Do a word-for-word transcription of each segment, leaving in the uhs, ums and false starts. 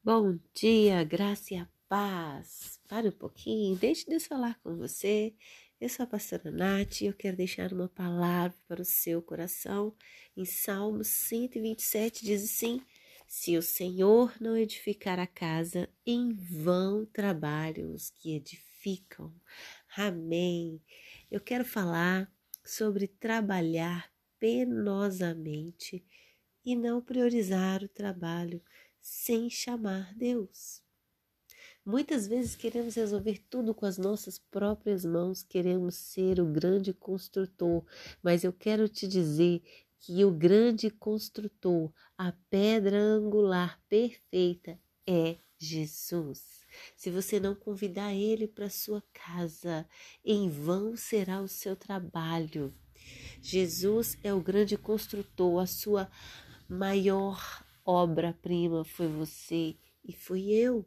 Bom dia, graça e a paz. Para um pouquinho, deixe Deus falar com você. Eu sou a pastora Nath e eu quero deixar uma palavra para o seu coração. Em Salmos cento e vinte e sete diz assim: se o Senhor não edificar a casa, em vão trabalham os que edificam. Amém. Eu quero falar sobre trabalhar penosamente e não priorizar o trabalho sem chamar Deus. Muitas vezes queremos resolver tudo com as nossas próprias mãos, queremos ser o grande construtor, mas eu quero te dizer que o grande construtor, a pedra angular perfeita é Jesus. Se você não convidar Ele para sua casa, em vão será o seu trabalho. Jesus é o grande construtor, a sua maior obra-prima foi você e fui eu.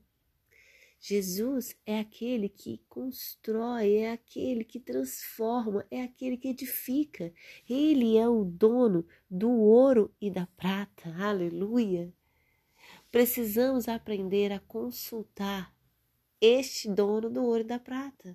Jesus é aquele que constrói, é aquele que transforma, é aquele que edifica. Ele é o dono do ouro e da prata. Aleluia! Precisamos aprender a consultar este dono do ouro e da prata,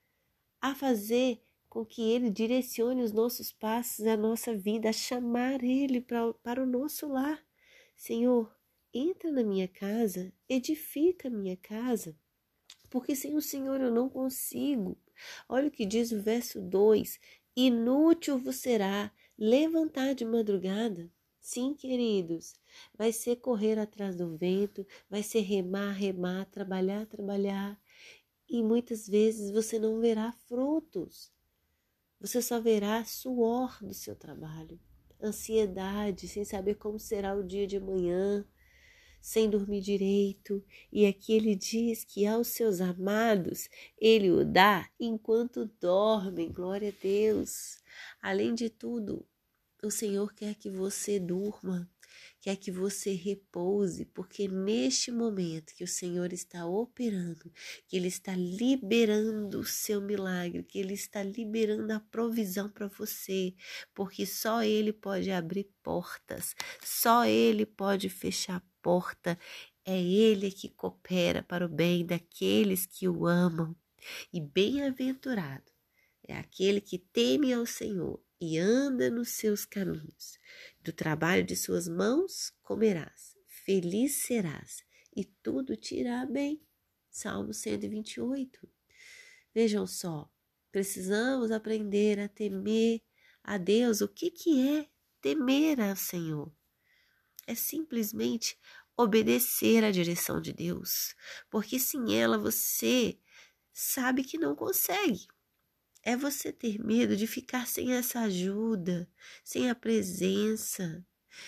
a fazer com que ele direcione os nossos passos, a nossa vida, a chamar ele para, para o nosso lar. Senhor, entra na minha casa, edifica a minha casa, porque sem o Senhor eu não consigo. Olha o que diz o verso dois, inútil vos será levantar de madrugada. Sim, queridos, vai ser correr atrás do vento, vai ser remar, remar, trabalhar, trabalhar, e muitas vezes você não verá frutos. Você só verá suor do seu trabalho, ansiedade, sem saber como será o dia de amanhã, sem dormir direito. E aqui ele diz que aos seus amados ele o dá enquanto dormem. Glória a Deus. Além de tudo, o Senhor quer que você durma, quer que você repouse, porque neste momento que o Senhor está operando, que Ele está liberando o seu milagre, que Ele está liberando a provisão para você, porque só Ele pode abrir portas, só Ele pode fechar porta, é Ele que coopera para o bem daqueles que o amam. E bem-aventurado é aquele que teme ao Senhor e anda nos seus caminhos. Do trabalho de suas mãos comerás, feliz serás, e tudo te irá bem. Salmo cento e vinte e oito. Vejam só, precisamos aprender a temer a Deus. O que, que é temer ao Senhor? É simplesmente obedecer à direção de Deus, porque sem ela você sabe que não consegue. É você ter medo de ficar sem essa ajuda, sem a presença.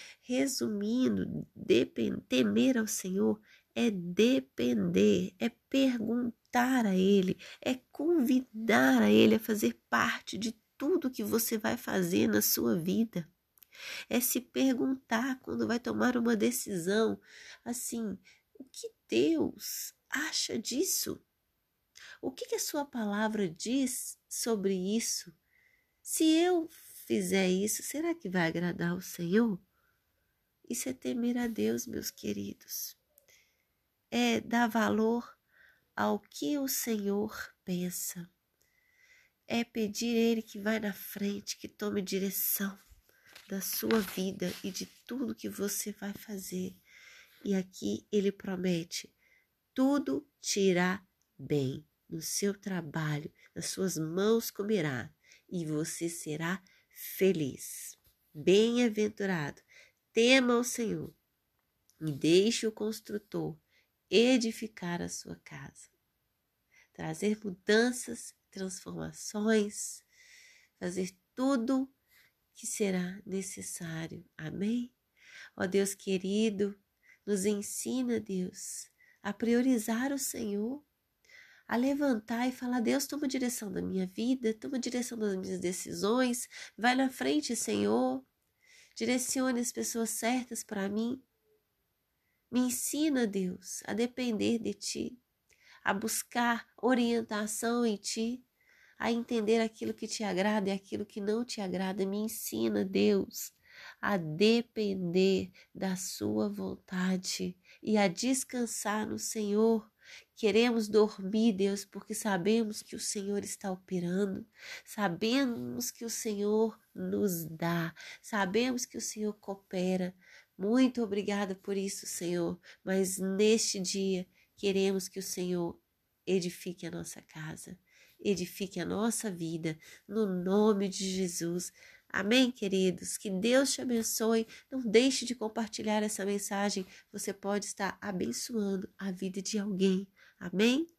Resumindo, depend, temer ao Senhor é depender, é perguntar a Ele, é convidar a Ele a fazer parte de tudo que você vai fazer na sua vida. É se perguntar quando vai tomar uma decisão, assim, o que Deus acha disso? O que, que a sua palavra diz sobre isso? Se eu fizer isso, será que vai agradar ao Senhor? Isso é temer a Deus, meus queridos. É dar valor ao que o Senhor pensa. É pedir a Ele que vai na frente, que tome direção da sua vida e de tudo que você vai fazer. E aqui Ele promete, tudo te irá bem. No seu trabalho, nas suas mãos comerá, e você será feliz. Bem-aventurado, tema o Senhor, e deixe o construtor edificar a sua casa, trazer mudanças, transformações, fazer tudo que será necessário. Amém? Ó Deus querido, nos ensina, Deus, a priorizar o Senhor, a levantar e falar, Deus, toma a direção da minha vida, toma a direção das minhas decisões, vai na frente, Senhor, direcione as pessoas certas para mim. Me ensina, Deus, a depender de Ti, a buscar orientação em Ti, a entender aquilo que Te agrada e aquilo que não Te agrada. Me ensina, Deus, a depender da Sua vontade. e a descansar no Senhor. Queremos dormir, Deus, porque sabemos que o Senhor está operando, sabemos que o Senhor nos dá, sabemos que o Senhor coopera. Muito obrigada por isso, Senhor, mas neste dia queremos que o Senhor edifique a nossa casa, edifique a nossa vida, no nome de Jesus. Amém, queridos? Que Deus te abençoe. Não deixe de compartilhar essa mensagem. Você pode estar abençoando a vida de alguém. Amém?